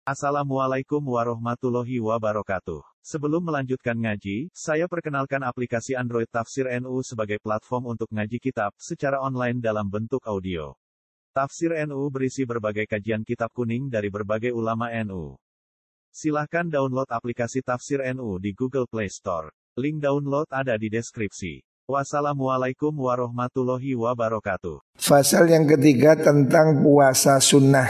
Assalamualaikum warahmatullahi wabarakatuh. Sebelum melanjutkan ngaji, saya perkenalkan aplikasi Android Tafsir NU sebagai platform untuk ngaji kitab secara online dalam bentuk audio. Tafsir NU berisi berbagai kajian kitab kuning dari berbagai ulama NU. Silahkan download aplikasi Tafsir NU di Google Play Store. Link download ada di deskripsi. Wassalamualaikum warahmatullahi wabarakatuh. Fasal yang ketiga tentang puasa sunnah.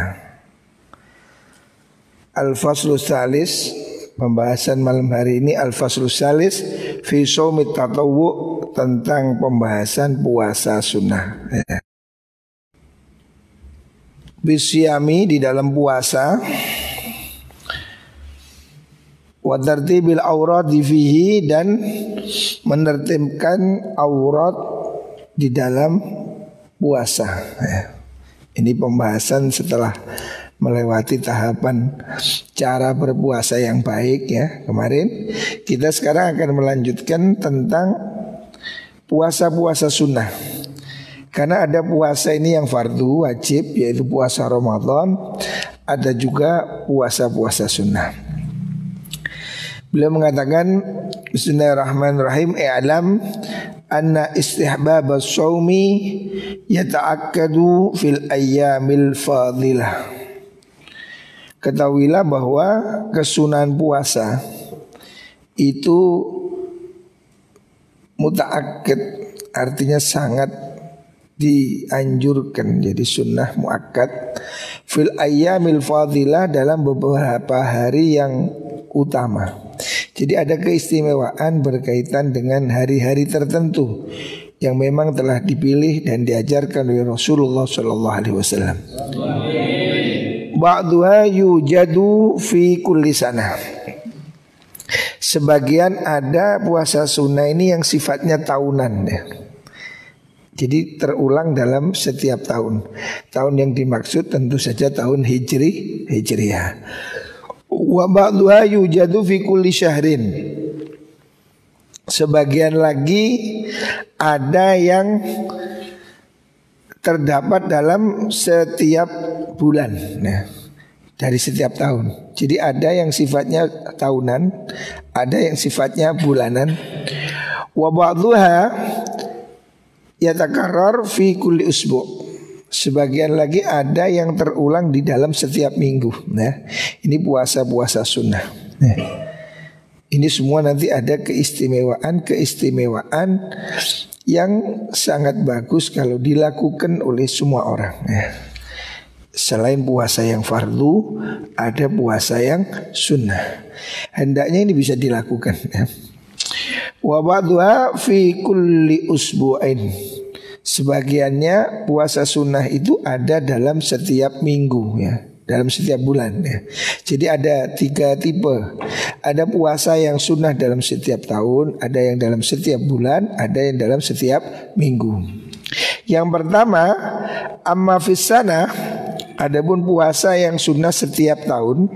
Al-Faslus Salis, pembahasan malam hari ini Al-Faslus Salis fi shaumit tatawwu, tentang pembahasan puasa sunnah. Bisyami, di dalam puasa, wa tartibil aurat fihi, dan menertibkan aurat di dalam puasa. Ini pembahasan setelah melewati tahapan cara berpuasa yang baik ya kemarin. Kita sekarang akan melanjutkan tentang puasa-puasa sunnah. Karena ada puasa ini yang fardu wajib, yaitu puasa Ramadan. Ada juga puasa-puasa sunnah. Beliau mengatakan, Bismillahirrahmanirrahim, i'lam anna istihbab as-shaumi yata'akkadu fil ayyamil fadilah. Ketahuilah bahwa kesunahan puasa itu muta'akkad, artinya sangat dianjurkan. Jadi sunnah muakkad fil ayyamil fadilah, dalam beberapa hari yang utama. Jadi ada keistimewaan berkaitan dengan hari-hari tertentu yang memang telah dipilih dan diajarkan oleh Rasulullah SAW. Ba'duha yujadu fi kulli sanah. Sebagian ada puasa sunnah ini yang sifatnya tahunan ya. Jadi terulang dalam setiap tahun. Tahun yang dimaksud tentu saja tahun Hijriyah. Wa ba'duha yujadu fi kulli syahrin. Sebagian lagi ada yang terdapat dalam setiap bulan, nah, dari setiap tahun. Jadi ada yang sifatnya tahunan, ada yang sifatnya bulanan. Wa ba'dhuha yatakarrar fi kulli usbu'. Sebagian lagi ada yang terulang di dalam setiap minggu. Nah, ini puasa-puasa sunnah. Nah, ini semua nanti ada keistimewaan yang sangat bagus kalau dilakukan oleh semua orang ya. Selain puasa yang fardu, ada puasa yang sunnah. Hendaknya ini bisa dilakukan ya. Wa ba'dhuha fi kulli usbu'ain. Sebagiannya puasa sunnah itu ada dalam setiap minggu ya, dalam setiap bulan ya. Jadi ada 3 tipe. Ada puasa yang sunnah dalam setiap tahun, ada yang dalam setiap bulan, ada yang dalam setiap minggu. Yang pertama, amma fis sana, adapun puasa yang sunnah setiap tahun,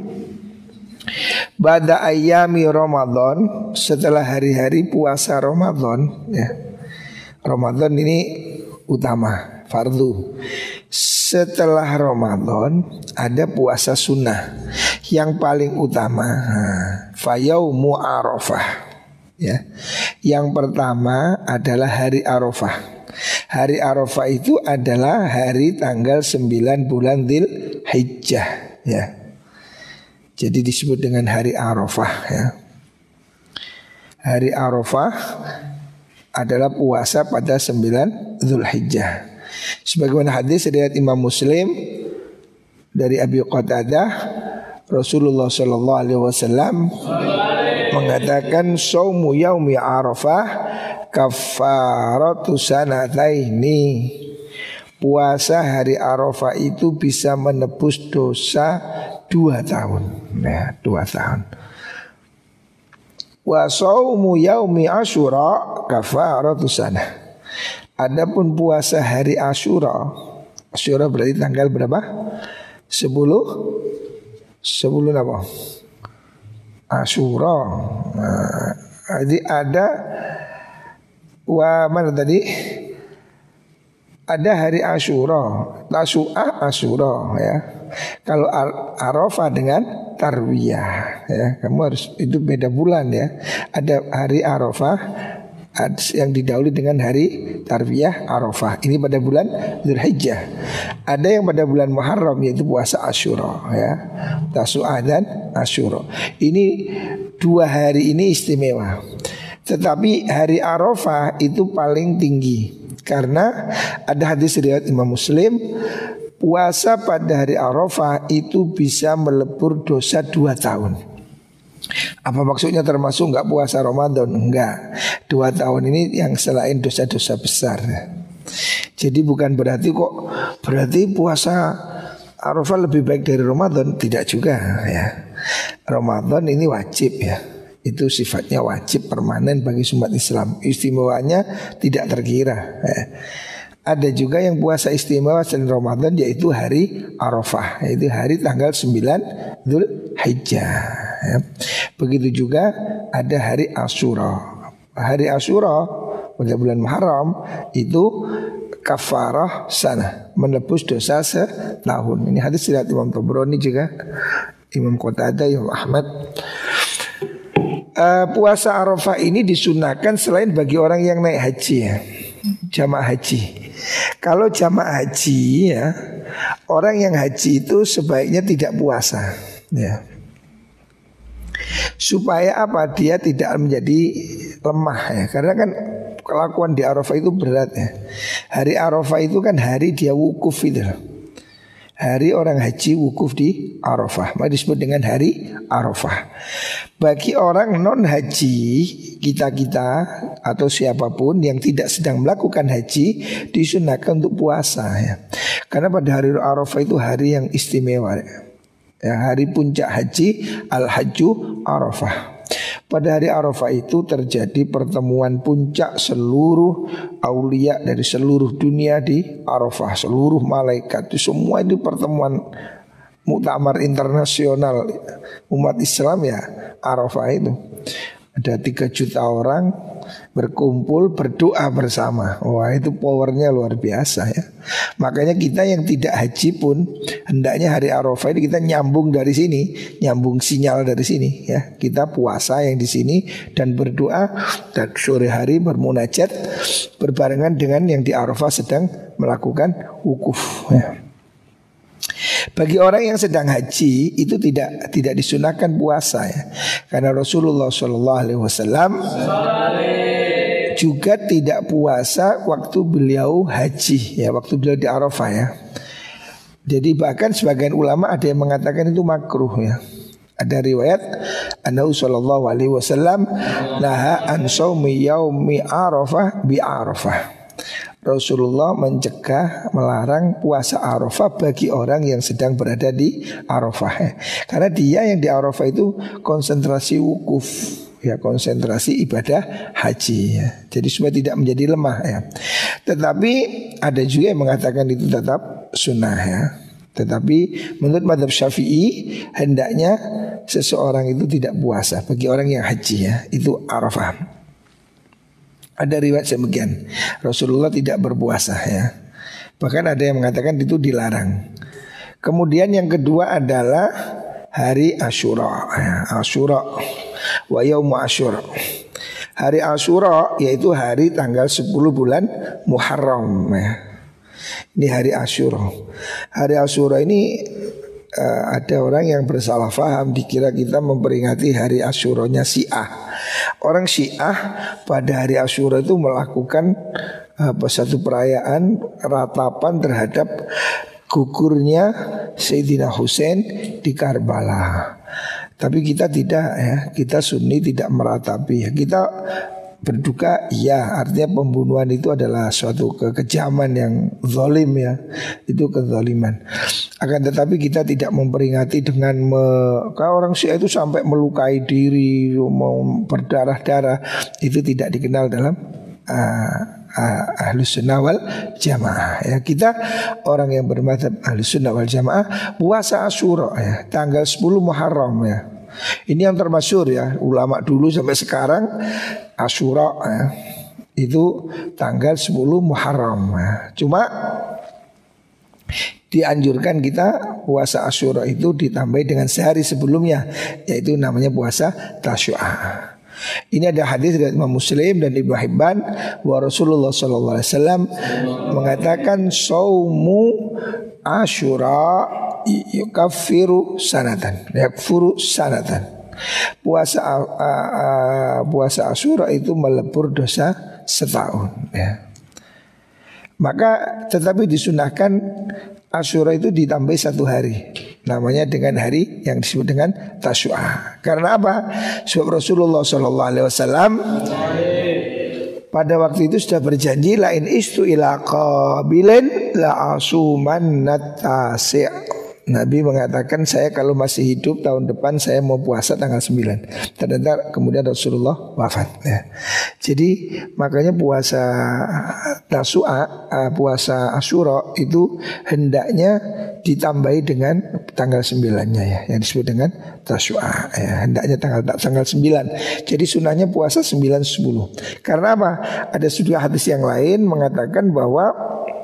ba'da ayyami Ramadan, setelah hari-hari puasa Ramadan ya. Ramadan ini utama, fardu. Setelah Ramadan ada puasa sunnah yang paling utama, fayaumu Arafah ya. Yang pertama adalah hari Arafah. Hari Arafah itu adalah hari tanggal 9 bulan Dzulhijjah ya. Jadi disebut dengan hari Arafah ya. Hari Arafah adalah puasa pada 9 Dzulhijjah. Sebagaimana hadis riwayat Imam Muslim dari Abi Qatadah, Rasulullah sallallahu alaihi wasallam mengatakan saumu yaumi Arafah kafaratu sanataini. Puasa hari Arafah itu bisa menebus dosa 2 tahun. Nah, 2 tahun. Wa saumu yaumi Asyura kafaratu sanah. Adapun puasa hari Asyura, Asyura berarti tanggal berapa? 10 apa? Asyura. Nah, jadi ada mana tadi? ada hari Asyura, Tasu'ah Asyura ya. Kalau Arafah dengan Tarwiyah ya, kamu harus itu beda bulan ya. Ada hari Arafah yang didahului dengan hari Tarwiyah Arafah. Ini pada bulan Dzulhijjah. Ada yang pada bulan Muharram yaitu puasa Asyura ya. Tasu'ah dan Asyura. Ini dua hari ini istimewa. Tetapi hari Arafah itu paling tinggi karena ada hadis riwayat Imam Muslim, puasa pada hari Arafah itu bisa melebur dosa 2 tahun. Apa maksudnya termasuk enggak puasa Ramadan? Enggak. 2 tahun ini yang selain dosa-dosa besar. Jadi bukan berarti puasa Arafah lebih baik dari Ramadan. Tidak juga ya. Ramadan ini wajib ya. Itu sifatnya wajib permanen bagi umat Islam. Istimewanya tidak terkira ya. Ada juga yang puasa istimewa selain Ramadan yaitu hari Arafah, yaitu hari tanggal 9 Dzulhijjah ya. Begitu juga ada hari Asyura. Hari Asyura pada bulan Muharram itu kafarah sana, menebus dosa setahun. Ini hadis riwayat Imam Tabrani juga, Imam Qatadah, Imam Ahmad. Puasa Arafah ini disunahkan selain bagi orang yang naik haji ya, jamaah haji. Kalau jamaah haji ya, orang yang haji itu sebaiknya tidak puasa ya. Supaya apa? Dia tidak menjadi lemah ya. Karena kan kelakuan di Arafah itu berat ya. Hari Arafah itu kan hari dia wukuf itu. Hari orang haji wukuf di Arafah, maka disebut dengan hari Arafah. Bagi orang non haji, kita-kita atau siapapun yang tidak sedang melakukan haji, disunahkan untuk puasa ya. Karena pada hari Arafah itu hari yang istimewa ya, hari puncak haji, Al-Hajju Arafah. Pada hari Arafah itu terjadi pertemuan puncak seluruh aulia dari seluruh dunia di Arafah. Seluruh malaikat itu semua itu pertemuan muktamar internasional umat Islam ya, Arafah itu. Ada 3 juta orang berkumpul berdoa bersama. Wah, itu powernya luar biasa ya. Makanya kita yang tidak haji pun hendaknya hari Arafah ini kita nyambung dari sini, nyambung sinyal dari sini ya. Kita puasa yang di sini dan berdoa, dan sore hari bermunajat berbarengan dengan yang di Arafah sedang melakukan wukuf ya. Bagi orang yang sedang haji itu tidak disunahkan puasa ya. Karena Rasulullah SAW juga tidak puasa waktu beliau haji ya, waktu beliau di Arafah ya. Jadi bahkan sebagian ulama ada yang mengatakan itu makruh ya. Ada riwayat Annahu sallallahu alaihi wasallam naha an shaumi yaumi Arafah bi Arafah. Rasulullah mencegah, melarang puasa Arafah bagi orang yang sedang berada di Arafah ya. Karena dia yang di Arafah itu konsentrasi wukuf ya, konsentrasi ibadah haji ya. Jadi supaya tidak menjadi lemah ya. Tetapi ada juga yang mengatakan itu tetap sunnah ya. Tetapi menurut mazhab Syafi'i hendaknya seseorang itu tidak puasa bagi orang yang haji ya, itu Arafah. Ada riwayat demikian, Rasulullah tidak berpuasa ya. Bahkan ada yang mengatakan itu dilarang. Kemudian yang kedua adalah hari Asyura ya, Asyura wa yaumu Asyura. Hari Asyura yaitu hari tanggal 10 bulan Muharram ya. Ini hari Asyura. Hari Asyura ini ada orang yang bersalah faham, dikira kita memperingati hari Asyuranya Syiah. Orang Syiah pada hari Asyura itu melakukan satu perayaan ratapan terhadap gugurnya Sayyidina Husain di Karbala. Tapi kita tidak ya, kita Sunni tidak meratapi ya. Kita berduka ya, artinya pembunuhan itu adalah suatu kekejaman yang zalim ya. Itu kezaliman. Akan tetapi kita tidak memperingati dengan kalau orang Syiah itu sampai melukai diri, mau berdarah-darah, itu tidak dikenal dalam Ahlus Sunnah wal Jamaah ya. Kita orang yang bermadzhab Ahlus Sunnah wal Jamaah puasa Asyura ya, tanggal 10 Muharram ya. Ini yang termasyhur ya, ulama dulu sampai sekarang Asyura ya. Itu tanggal 10 Muharram. Nah, cuma dianjurkan kita puasa Asyura itu ditambah dengan sehari sebelumnya, yaitu namanya puasa Tasyu'a. Ini ada hadis dari Imam Muslim dan Ibnu Hibban bahwa Rasulullah SAW mengatakan saumu Asyura yukaffiru sanatan, yakfuru sanatan. Puasa Asyura itu melebur dosa setahun, ya. Maka tetapi disunahkan Asyura itu ditambah 1 hari, namanya dengan hari yang disebut dengan Tasyu'a. Karena apa? Sebab Rasulullah SAW pada waktu itu sudah berjanji, lain istu ila qabilin la asuman natasi'. Nabi mengatakan, saya kalau masih hidup tahun depan saya mau puasa tanggal 9. Ternyata kemudian Rasulullah wafat, ya. Jadi makanya puasa Tasyu'a, puasa Asyura itu hendaknya ditambahi dengan tanggal 9-nya, ya, yang disebut dengan Tasyu'a, ya. Hendaknya tanggal 9. Jadi sunahnya puasa 9-10. Karena apa? Ada juga hadis yang lain mengatakan bahwa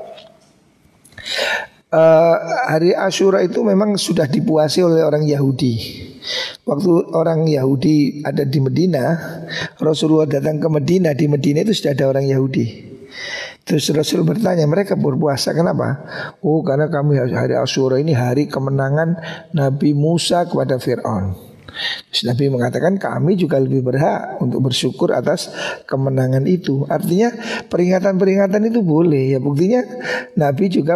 hari Asyura itu memang sudah dipuasi oleh orang Yahudi. Waktu orang Yahudi ada di Medina, Rasulullah datang ke Medina. Di Medina itu sudah ada orang Yahudi. Terus Rasul bertanya, mereka berpuasa kenapa? Oh, karena kami hari Asyura ini hari kemenangan Nabi Musa kepada Fir'aun. Terus Nabi mengatakan kami juga lebih berhak untuk bersyukur atas kemenangan itu. Artinya peringatan-peringatan itu boleh, ya. Buktinya Nabi juga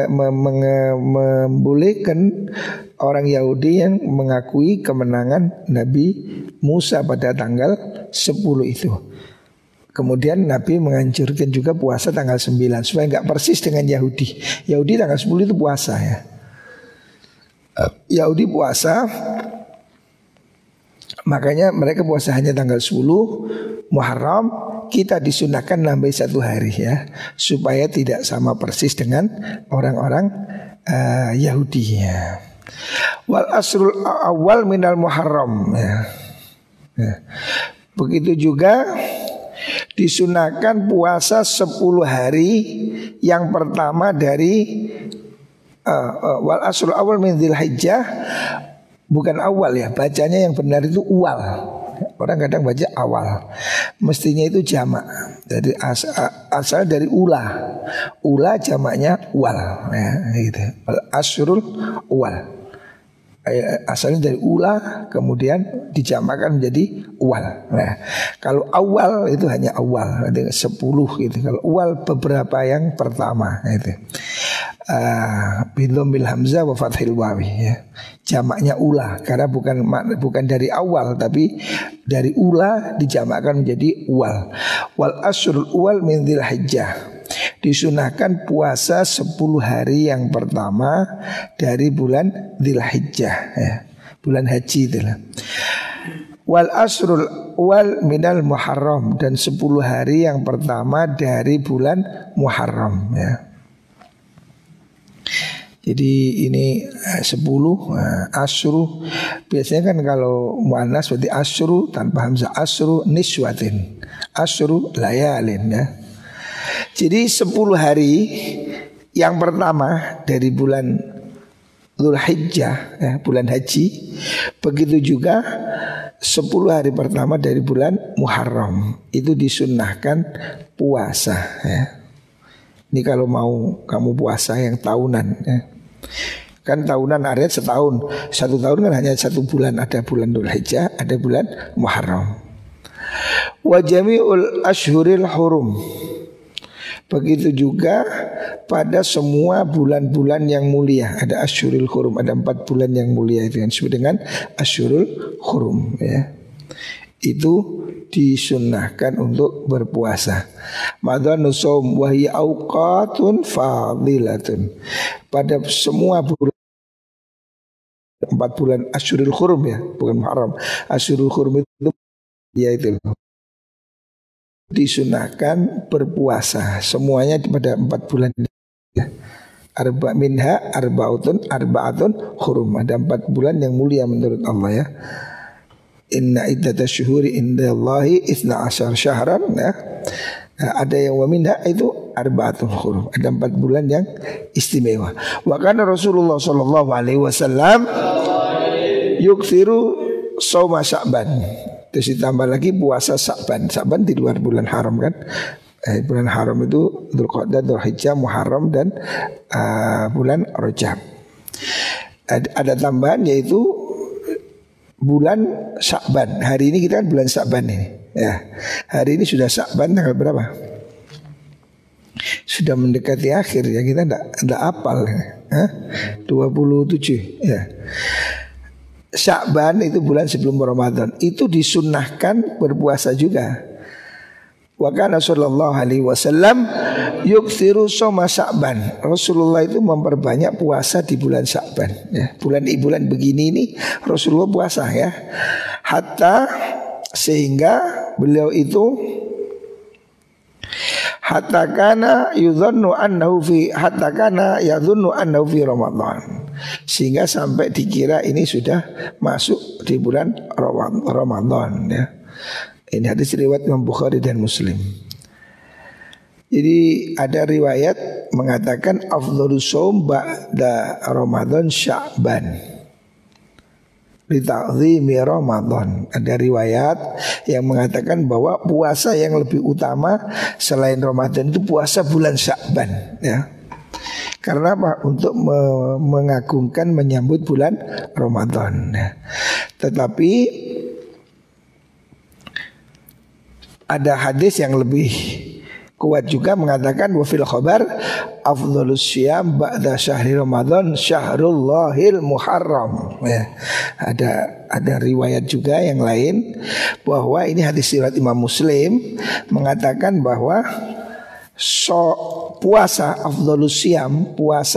membolehkan orang Yahudi yang mengakui kemenangan Nabi Musa pada tanggal 10 itu. Kemudian Nabi menganjurkan juga puasa tanggal 9 supaya nggak persis dengan Yahudi. Yahudi tanggal 10 itu puasa, ya. Yahudi puasa, makanya mereka puasa hanya tanggal 10 Muharram. Kita disunahkan nambah 1 hari, ya, supaya tidak sama persis dengan orang-orang Yahudi, ya. Wal asrul awal minal Muharram, ya. Ya. Begitu juga disunahkan puasa 10 hari yang pertama dari wal asrul awal min Dzulhijjah. Bukan awal, ya, bacanya yang benar itu uwal. Orang kadang baca awal, mestinya itu jamak. Jadi asal dari ula. Ula jamaknya uwal, ya, gitu. Asrul uwal, asalnya dari ula kemudian dijamakkan menjadi uwal. Nah, kalau awal itu hanya awal, 10 gitu. Kalau uwal beberapa yang pertama, itu bidhammil hamzah wa fathil wawi, ya. Jamaknya ula karena bukan dari awal tapi dari ula dijamakkan menjadi uwal. Wal asrul uwal min Dzulhijjah. Disunahkan puasa 10 hari yang pertama dari bulan Dzulhijjah, ya. Bulan haji itulah. Wal asrul uwal minal Muharram, dan 10 hari yang pertama dari bulan Muharram, ya. Jadi ini 10 asyru. Biasanya kan kalau muannas berarti asyru tanpa hamzah, asyru niswatin, asyru layalin, ya. Jadi 10 hari yang pertama dari bulan Dzulhijjah, ya, bulan haji. Begitu juga 10 hari pertama dari bulan Muharram itu disunnahkan puasa, ya. Ini kalau mau kamu puasa yang tahunan, ya. Kan tahunan artinya setahun. 1 tahun kan hanya 1 bulan. Ada bulan Dzulhijjah, ada bulan Muharram. Wa jami'ul ashhuril hurum. Begitu juga pada semua bulan-bulan yang mulia. Ada ashhurul hurum, ada 4 bulan yang mulia itu yang disebut dengan ashhurul hurum, ya. Itu disunnahkan untuk berpuasa. Madhanus shaum wa hiya awqatun fadilatun. Pada semua bulan, 4 bulan Asyurul Hurum, ya, bukan Muharram. Asyurul Hurum itu yaitu disunahkan berpuasa semuanya pada 4 bulan, ya. Arba minha arbaatun hurum. Ada 4 bulan yang mulia menurut Allah, ya. Inna iddatasyuhuri indallahi 12 syahran, ya. Ada yang wa minha itu arba'atul hurum. Ada 4 bulan yang istimewa. Wa kana Rasulullah sallallahu alaihi wasallam yukthiru shauma Sya'ban. Terus ditambah lagi puasa Sya'ban. Sya'ban di luar bulan haram kan. Bulan haram itu Dzulqa'dah, Dzulhijjah, Muharram dan bulan Rajab. Ada tambahan yaitu bulan Sya'ban. Hari ini kita kan bulan Sya'ban ini. Ya, hari ini sudah Sya'ban tanggal berapa? Sudah mendekati akhir ya, kita enggak apal. 27 ya. Sya'ban itu bulan sebelum Ramadan. Itu disunnahkan berpuasa juga. Wa kana sallallahu alaihi wasallam yukthiru shauma Sya'ban. Rasulullah itu memperbanyak puasa di bulan Sya'ban ya. Bulan begini ini Rasulullah puasa ya. Hatta sehingga beliau itu hatta kana yadhunnu annahu fi Ramadan. Sehingga sampai dikira ini sudah masuk di bulan Ramadan ya. Ini hadis riwayat Imam Bukhari dan Muslim. Jadi ada riwayat mengatakan afdhalus shaum ba'da Ramadan Sya'ban li ta'zimi Ramadan. Ada riwayat yang mengatakan bahwa puasa yang lebih utama selain Ramadan itu puasa bulan Sya'ban ya. Karena apa? Untuk mengagungkan menyambut bulan Ramadan ya. Tetapi ada hadis yang lebih kuat juga mengatakan wa fil khabar afdhalus syiyam ba'da syahri Ramadan syahrullahil muharram ya. Ada riwayat juga yang lain bahwa ini hadis riwayat Imam Muslim mengatakan bahwa puasa afdhalus syiyam, puasa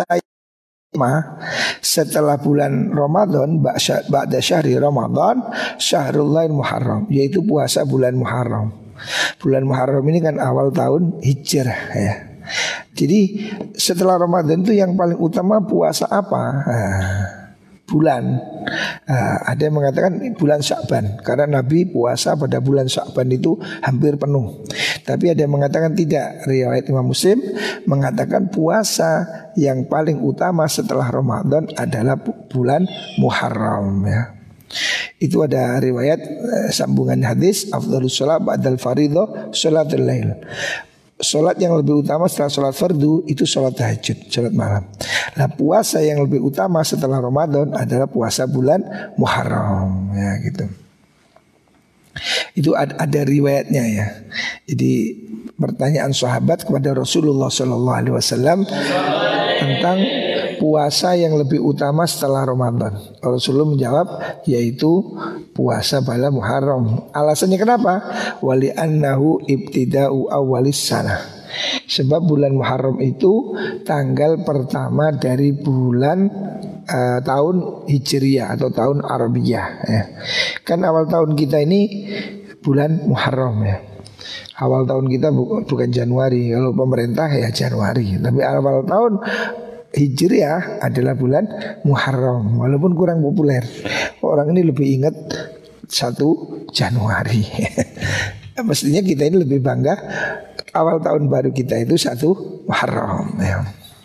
setelah bulan Ramadan ba'da syahri Ramadan syahrullahil muharram, yaitu puasa bulan Muharram. Bulan Muharram ini kan awal tahun Hijrah ya. Jadi setelah Ramadan itu yang paling utama puasa apa? Bulan. Ada yang mengatakan bulan Sya'ban karena Nabi puasa pada bulan Sya'ban itu hampir penuh. Tapi ada yang mengatakan tidak. Riwayat Imam Muslim mengatakan puasa yang paling utama setelah Ramadan adalah bulan Muharram ya. Itu ada riwayat sambungan hadis afdhalus shalah ba'dal fardhu sholatul lail. Salat yang lebih utama setelah salat fardu itu salat tahajud, salat malam. Nah, puasa yang lebih utama setelah Ramadan adalah puasa bulan Muharram ya gitu. Itu ada riwayatnya ya. Jadi pertanyaan sahabat kepada Rasulullah sallallahu alaihi wasallam tentang puasa yang lebih utama setelah Ramadan. Rasulullah menjawab yaitu puasa pada Muharram. Alasannya kenapa? Wali annahu ibtida'u awalis sana. Sebab bulan Muharram itu tanggal pertama dari bulan tahun Hijriyah atau tahun Arabiyah ya. Kan awal tahun kita ini bulan Muharram ya. Awal tahun kita bukan Januari. Kalau pemerintah ya Januari. Tapi awal tahun Hijriah adalah bulan Muharram. Walaupun kurang populer, orang ini lebih ingat 1 Januari. Mestinya kita ini lebih bangga awal tahun baru kita itu 1 Muharram ya.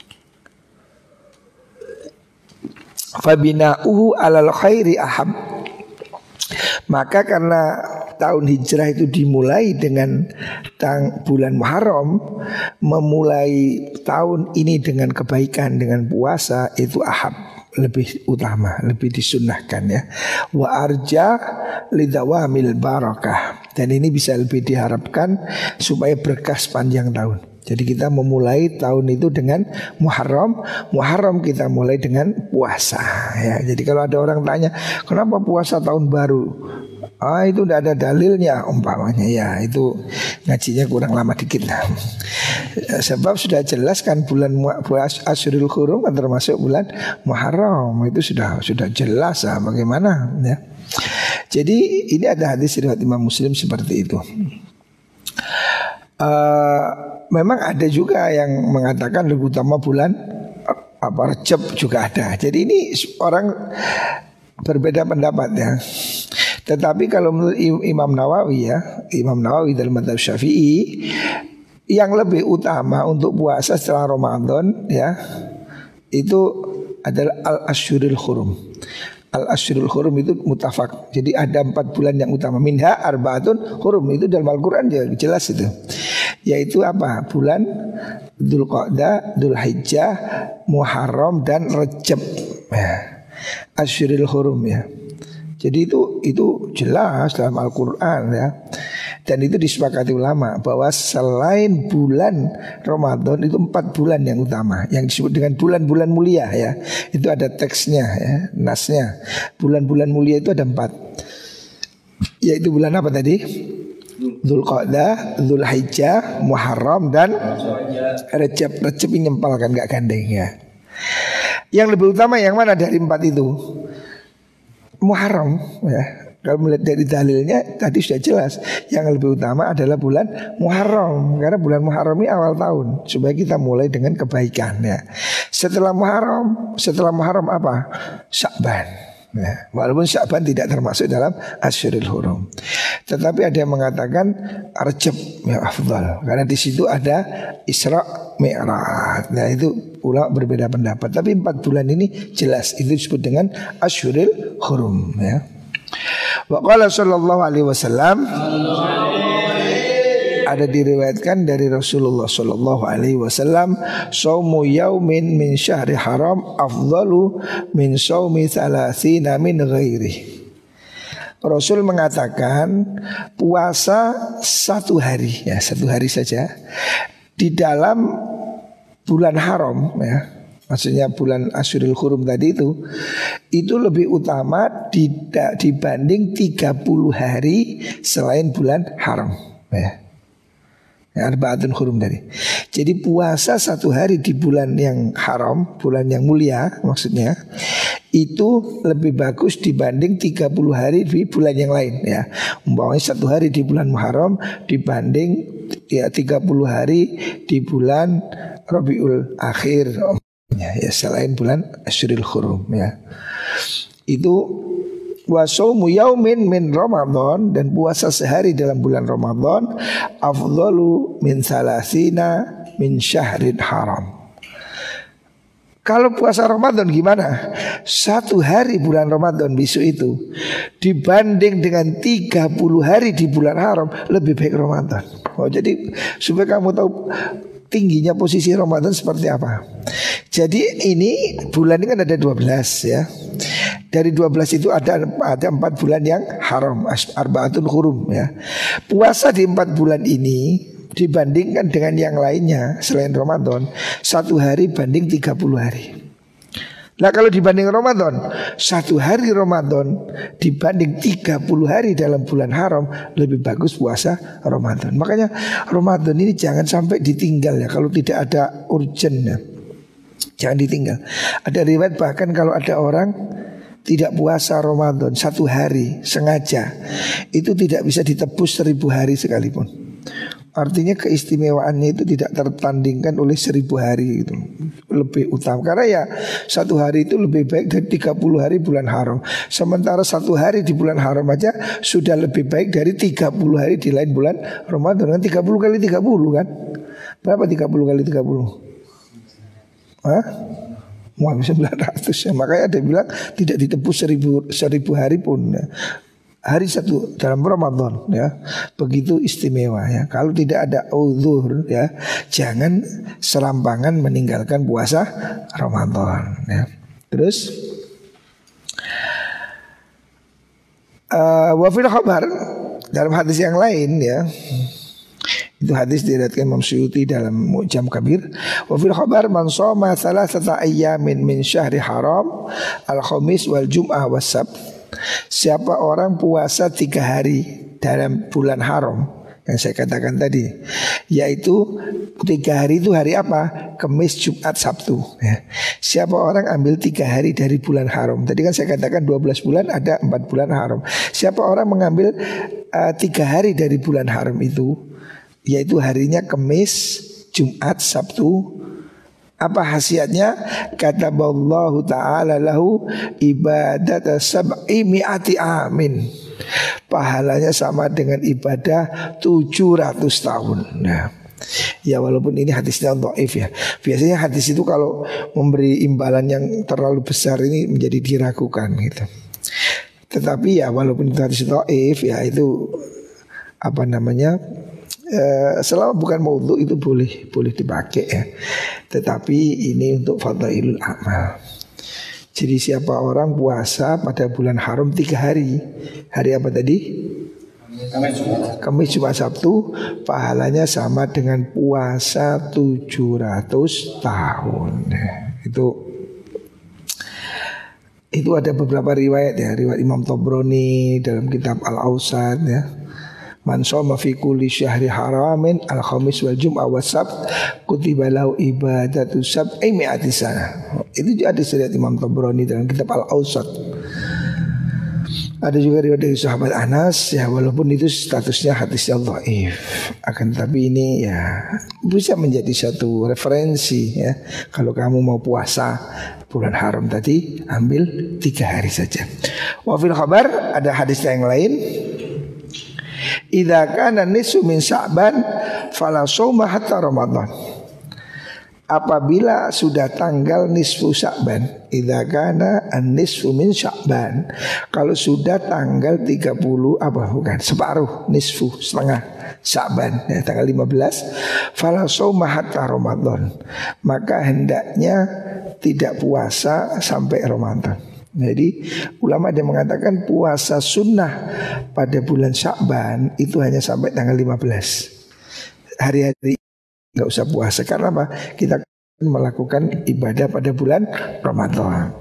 Fabina'uhu alal khairi ahab. Maka karena tahun hijrah itu dimulai dengan bulan Muharram, memulai tahun ini dengan kebaikan, dengan puasa itu ahab, lebih utama, lebih disunnahkan ya. Wa arja lidawamil barakah. Dan ini bisa lebih diharapkan supaya berkah sepanjang tahun. Jadi kita memulai tahun itu dengan Muharram, Muharram kita mulai dengan puasa ya. Jadi kalau ada orang tanya, kenapa puasa tahun baru? Itu tidak ada dalilnya umpamanya ya, itu ngajinya kurang lama dikit lah. Sebab sudah jelas kan bulan Asyurul Hurum kan termasuk bulan Muharram, itu sudah jelas lah bagaimana ya. Jadi ini ada hadis riwayat Imam Muslim seperti itu. Memang ada juga yang mengatakan lebih utama bulan Rajab juga ada. Jadi ini orang berbeda pendapat ya. Tetapi kalau menurut Imam Nawawi ya, Imam Nawawi dalam mazhab Syafi'i, yang lebih utama untuk puasa setelah Ramadan ya itu adalah al-asyhurul hurum. Al-asyhurul hurum itu mutafak. Jadi ada 4 bulan yang utama. Minha arbaatun hurum, itu dalam Al-Qur'an ya jelas itu. Yaitu apa? Bulan Dzulqa'dah, Dzulhijjah, Muharram dan Rajab. Ya. Asyhurul hurum ya. Jadi itu jelas dalam Al-Qur'an ya. Dan itu disepakati ulama bahwa selain bulan Ramadan itu 4 bulan yang utama, yang disebut dengan bulan-bulan mulia ya. Itu ada teksnya ya, nasnya. Bulan-bulan mulia itu ada 4. Yaitu bulan apa tadi? Dzulqa'dah, Dzulhijjah, Muharram dan Rajab. Rajab ini nyempal kan, gak gandeng ya. Yang lebih utama yang mana dari 4 itu? Muharram ya. Kalau melihat dari dalilnya tadi sudah jelas, yang lebih utama adalah bulan Muharram, karena bulan Muharram ini awal tahun, supaya kita mulai dengan kebaikan ya. Setelah Muharram apa? Sya'ban ya. Walaupun Sya'ban tidak termasuk dalam Asyhurul Hurum, tetapi ada yang mengatakan Rajab yang afdal, karena di situ ada Isra Mi'raj. Nah itu ulama berbeda pendapat, tapi 4 bulan ini jelas itu disebut dengan Asyhurul Hurum ya. Wa qala sallallahu alaihi wasallam, ada diriwayatkan dari Rasulullah sallallahu alaihi wasallam, shaumu yaumin min syahri haram afdalu min shaumi 30 min ghairi. Rasul mengatakan puasa 1 hari ya, 1 hari saja di dalam bulan haram ya. Maksudnya bulan Asyhurul Hurum tadi itu lebih utama dibanding 30 hari selain bulan haram ya. Arba'atun hurum tadi. Jadi puasa 1 hari di bulan yang haram, bulan yang mulia maksudnya, itu lebih bagus dibanding 30 hari di bulan yang lain ya. Umpamanya 1 hari di bulan Muharram dibanding ya 30 hari di bulan Rabiul Akhir ya, selain bulan Asyhurul Hurum ya. Itu wa shaumu yaumin min Ramadan, dan puasa sehari dalam bulan Ramadan afdalu min 30 min syahrin haram. Kalau puasa Ramadan gimana? 1 hari bulan Ramadan besok itu dibanding dengan 30 hari di bulan haram, lebih baik Ramadan. Oh, jadi supaya kamu tahu tingginya posisi Ramadan seperti apa. Jadi ini bulan ini kan ada 12 ya. Dari 12 itu ada 4 bulan yang haram, arba'atun hurum ya. Puasa di 4 bulan ini dibandingkan dengan yang lainnya selain Ramadan, 1 hari banding 30 hari. Nah kalau dibanding Ramadan, 1 hari Ramadan dibanding 30 hari dalam bulan haram, lebih bagus puasa Ramadan. Makanya Ramadan ini jangan sampai ditinggal ya, kalau tidak ada urgen ya, jangan ditinggal. Ada riwayat bahkan kalau ada orang tidak puasa Ramadan 1 hari sengaja, itu tidak bisa ditebus 1000 hari sekalipun. Artinya keistimewaannya itu tidak tertandingkan oleh 1000 hari itu. Lebih utama, karena ya 1 hari itu lebih baik dari 30 hari bulan haram. Sementara 1 hari di bulan haram aja sudah lebih baik dari 30 hari di lain bulan Ramadan. Kan 30 kali 30 kan? Berapa 30 kali 30? Hah? Wah, 900 ya. Makanya ada bilang tidak ditebus 1000 hari pun ya. Hari 1 dalam Ramadan ya, begitu istimewa ya. Kalau tidak ada uzur ya, jangan serampangan meninggalkan puasa Ramadan ya. Terus wa fil khabar, dalam hadis yang lain ya, itu hadis diriwayatkan Imam Suyuti dalam Mu'jam Kabir. Wa fil khabar man shoma 3 ayyamin min syahri haram al-khamis wal jum'ah was sabt. Siapa orang puasa 3 hari dalam bulan haram yang saya katakan tadi, yaitu 3 hari itu hari apa? Kamis, Jumat, Sabtu ya. Siapa orang ambil 3 hari dari bulan haram, tadi kan saya katakan 12 bulan ada 4 bulan haram. Siapa orang mengambil 3 hari dari bulan haram itu, yaitu harinya Kamis, Jumat, Sabtu, apa khasiatnya? Kataballahu ta'ala lahu ibadata 700 amin. Pahalanya sama dengan ibadah 700 tahun. Nah, Ya walaupun ini hadisnya dhaif ya. Biasanya hadis itu kalau memberi imbalan yang terlalu besar ini menjadi diragukan gitu. Tetapi ya walaupun itu hadis dhaif ya itu apa namanya, selama bukan maudhu itu boleh dipakai ya. Tetapi ini untuk fadhailul amal. Jadi siapa orang puasa pada bulan haram 3 hari. Hari apa tadi? Kamis, Jumat, Sabtu, pahalanya sama dengan puasa 700 tahun. Itu ada beberapa riwayat ya, riwayat Imam Tabrani dalam kitab Al-Awsat ya. Man shoma fi kulli syahri haramin al-khamis wal jum'ah was sabt kutiba lahu ibadatu sab'i mi'ati sana. Itu juga ada riwayat Imam Tabrani dalam kitab Al-Awsat. Ada juga riwayat dari sahabat Anas ya, walaupun itu statusnya hadisnya dhaif, akan tapi ini ya bisa menjadi satu referensi ya. Kalau kamu mau puasa bulan haram tadi, ambil 3 hari saja. Wa fil khabar, ada hadis yang lain, idza kana nisfu min Sya'ban fala shauma hatta Ramadan. Apabila sudah tanggal nisfu Sya'ban, idza kana an-nisfu min Sya'ban, kalau sudah tanggal 30 separuh, nisfu setengah Sya'ban ya, tanggal 15, fala shauma hatta Ramadan, maka hendaknya tidak puasa sampai Ramadan. Jadi ulama ada mengatakan puasa sunnah pada bulan Sya'ban itu hanya sampai tanggal 15. Hari-hari nggak usah puasa. Karena apa? Kita melakukan ibadah pada bulan Ramadan.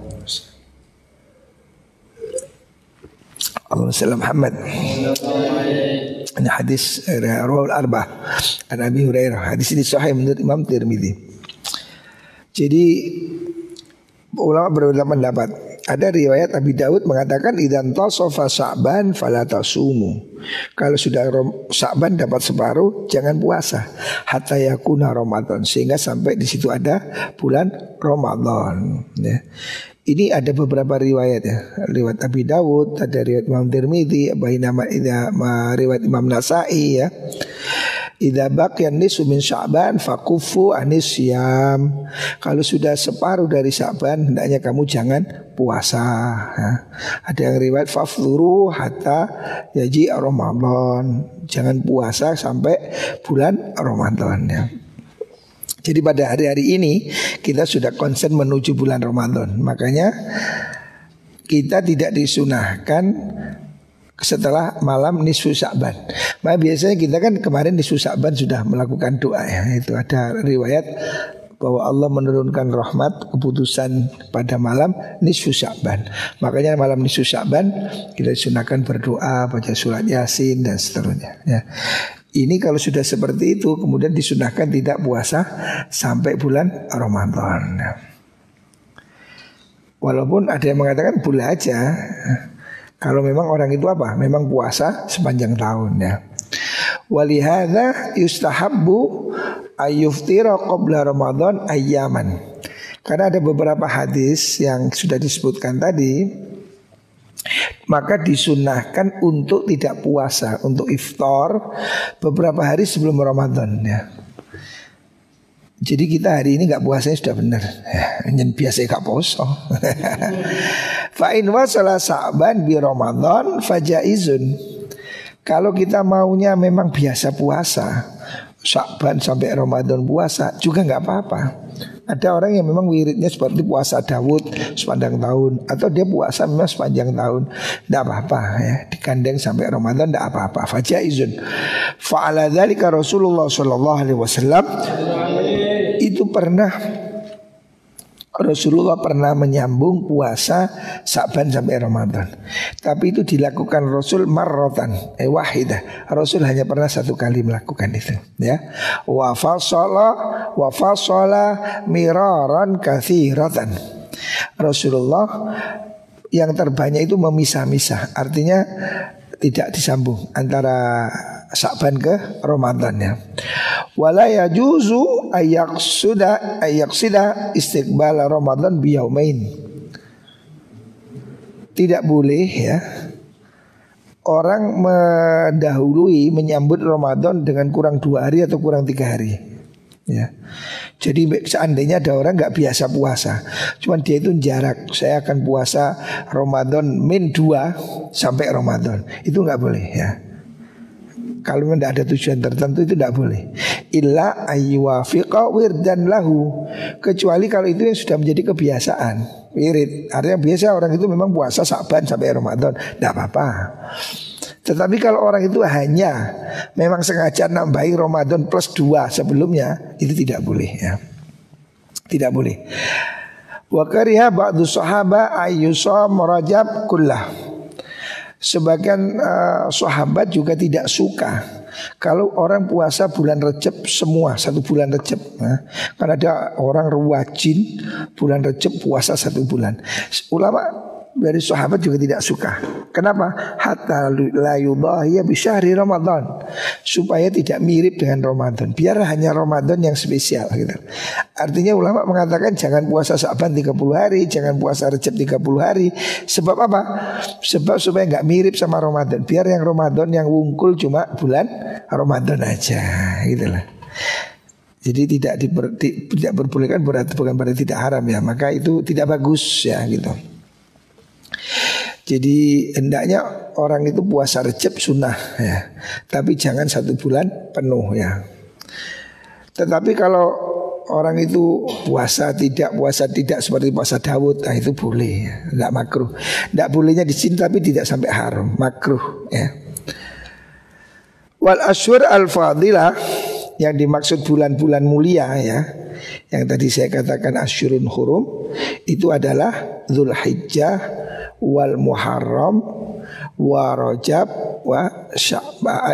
Allahumma salli Muhammad. Ini hadis rawahul arba'ah an Abi Hurairah. Hadis ini sahih menurut Imam Tirmidzi. Jadi ulama berbeda pendapat. Ada riwayat Abi Daud mengatakan idzan tasafa Sya'ban fala tasumu. Kalau sudah Sya'ban dapat separuh, jangan puasa hatta yakuna Ramadan, sehingga sampai di situ ada bulan Ramadan ya. Ini ada beberapa riwayat ya. Riwayat Abi Daud, ada riwayat Imam Tirmidzi, riwayat Imam Nasa'i ya. Idza baqiya nisfu min Sya'ban fakuffu anis syiyam. Kalau sudah separuh dari Sya'ban, hendaknya kamu jangan puasa ya. Ada yang riwayat fafdhuru hatta yaji Ramadan, jangan puasa sampai bulan Ramadan ya. Jadi pada hari-hari ini kita sudah konsen menuju bulan Ramadan. Makanya kita tidak disunahkan setelah malam nisfu Sya'ban. Maka biasanya kita kan kemarin nisfu Sya'ban sudah melakukan doa ya. Itu ada riwayat bahwa Allah menurunkan rahmat keputusan pada malam nisfu Sya'ban. Makanya malam nisfu Sya'ban kita disunahkan berdoa, baca surat Yasin dan seterusnya ya. Ini kalau sudah seperti itu kemudian disunahkan tidak puasa sampai bulan Ramadan. Walaupun ada yang mengatakan boleh aja kalau memang orang itu memang puasa sepanjang tahun ya. Walihada yustahabbu ayyuftira qabla Ramadan ayyaman. Karena ada beberapa hadis yang sudah disebutkan tadi, maka disunahkan untuk tidak puasa, untuk iftar beberapa hari sebelum Ramadan ya. Jadi kita hari ini nggak puasanya sudah benar ya, biasa nggak poso. Fa in wasala Sya'ban bi Ramadan fajaizun. Kalau kita maunya memang biasa puasa, Sya'ban sampai Ramadan puasa juga nggak apa-apa. Ada orang yang memang wiridnya seperti puasa Daud sepanjang tahun, atau dia puasa memang sepanjang tahun, tidak apa-apa ya, digandeng sampai Ramadan tidak apa-apa. Fajaizun. Fa'ala dzalika Rasulullah sallallahu alaihi wasallam. Itu Rasulullah pernah menyambung puasa Sya'ban sampai Ramadan. Tapi itu dilakukan Rasul marratan wahidah. Rasul hanya pernah 1 kali melakukan itu ya. Wa fasala miraran katsiratan. Rasulullah yang terbanyak itu memisah-misah. Artinya tidak disambung antara Sya'ban ke Ramadan ya. Wala yajuzu ayyaqsida istiqbal Ramadan biyaumain. Tidak boleh ya orang mendahului menyambut Ramadan dengan kurang 2 hari atau kurang 3 hari. ya. Jadi seandainya ada orang nggak biasa puasa, cuman dia itu jarak, saya akan puasa Ramadan min 2 sampai Ramadan, itu nggak boleh ya. Kalau tidak ada tujuan tertentu itu tidak boleh. Illa ayywafiqa wirdan lahu, kecuali kalau itu yang sudah menjadi kebiasaan. Wirid, artinya biasa orang itu memang puasa Sa'ban sampai Ramadan, tidak apa-apa. Tetapi kalau orang itu hanya memang sengaja nambahi Ramadan plus 2 sebelumnya, itu tidak boleh ya. Tidak boleh. Wa kariha ba'du sahaba ayyusam Rajab kullah. Sebagian sahabat juga tidak suka kalau orang puasa bulan Rejab semua, 1 bulan Rejab. Karena ada orang rajin bulan Rejab puasa 1 bulan. Ulama dari sahabat juga tidak suka. Kenapa? Hatta la yudahiya bi syahri Ramadan, supaya tidak mirip dengan Ramadan. Biar hanya Ramadan yang spesial gitu. Artinya ulama mengatakan jangan puasa Sa'ban 30 hari, jangan puasa Rejab 30 hari. Sebab apa? Sebab supaya enggak mirip sama Ramadan. Biar yang Ramadan yang wungkul cuma bulan Ramadan aja gitulah. Jadi tidak diperbolehkan bukan berarti tidak haram ya. Maka itu tidak bagus ya gitu. Jadi hendaknya orang itu puasa Rejab sunnah ya, tapi jangan 1 bulan penuh ya. Tetapi kalau orang itu puasa tidak seperti puasa Daud, nah itu boleh ya, tidak makruh. Tidak bolehnya di sini tapi tidak sampai haram, makruh ya. Wal asyhur al fadilah, yang dimaksud bulan-bulan mulia ya, yang tadi saya katakan asyurun hurum, itu adalah Dzulhijjah wal Muharram wa Rajab wa Sya'ban.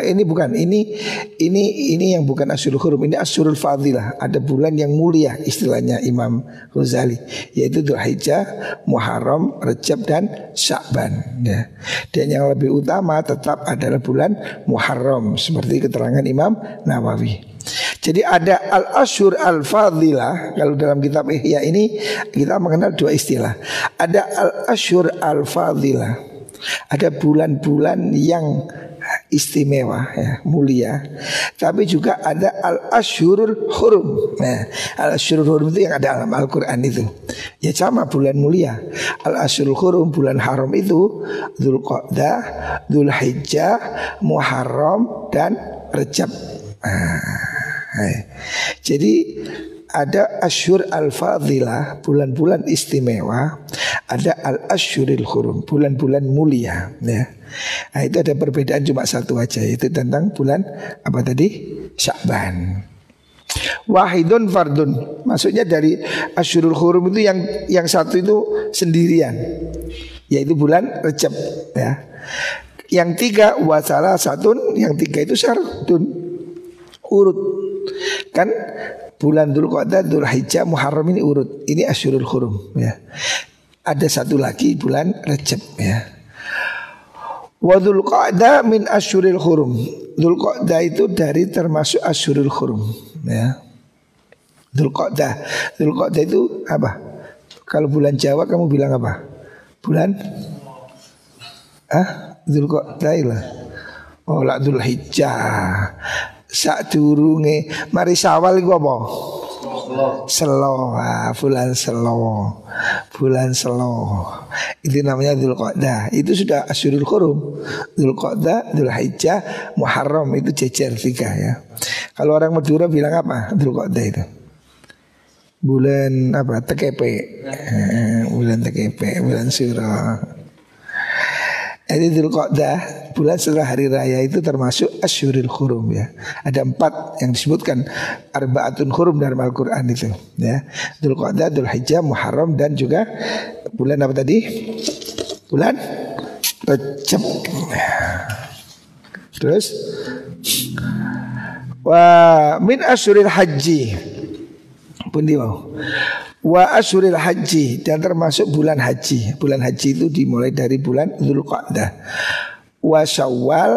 Ini yang bukan Asyurul Hurum, ini Asyurul Fadilah. Ada bulan yang mulia istilahnya Imam Ghazali, yaitu Dzulhijjah, Muharram, Rajab dan Sya'ban ya. Dan yang lebih utama tetap adalah bulan Muharram seperti keterangan Imam Nawawi. Jadi ada al-asyhur al-fadilah. Kalau dalam kitab Ihya ini kita mengenal 2 istilah. Ada al-asyhur al-fadilah, ada bulan-bulan yang istimewa ya, mulia. Tapi juga ada al-asyhurul hurum. Nah, al-asyhurul hurum itu yang ada dalam Al-Qur'an itu. Ya sama bulan mulia. Al-asyhurul hurum, bulan haram itu Dzulqa'dah, Dzulhijjah, Muharram dan Rajab. Jadi ada asyhur al-fadilah, bulan-bulan istimewa. Ada al-asyhuril hurum, bulan-bulan mulia ya. Nah, itu ada perbedaan cuma 1 aja, yaitu tentang bulan apa tadi? Sya'ban. Wahidun fardun, maksudnya dari asyhurul hurum itu yang 1 itu sendirian, yaitu bulan Rajab ya. Yang 3 wasalah satun, yang 3 itu syartun, urut. Kan bulan Dzulqa'dah, Dzulhijjah, Muharram ini urut. Ini asyhurul hurum ya. Ada 1 lagi bulan Rajab ya. Wa Dzulqa'dah min asyhuril hurum. Dzulqa'dah itu dari termasuk asyhurul hurum ya. Dzulqa'dah itu apa? Kalau bulan Jawa kamu bilang apa? Bulan Dzulqa'dah lah. Oh, la Dzulhijjah. Sadurunge mari Syawal iku apa? Selo. Bulan Selo. Bulan Selo. Itu namanya Dzulqa'dah. Itu sudah asyhurul hurum. Dzulqa'dah, Dzulhijjah, Muharram, itu jejer 3 ya. Kalau orang Madura bilang apa? Dzulqa'dah itu bulan apa? TKP. Bulan TKP, bulan Syura. Jadi Dzulqa'dah, bulan setelah hari raya itu termasuk asyhurul hurum ya. Ada 4 yang disebutkan arba'atun hurum dalam Al-Qur'an itu ya. Dzulqa'dah, Dzulhijjah, Muharram dan juga bulan apa tadi? Bulan Rajab. Terus wa min asyhuril haji. Pundi mau. Wa asyhuril haji, dan termasuk bulan haji. Bulan haji itu dimulai dari bulan Dzulqa'dah. Wa Syawal,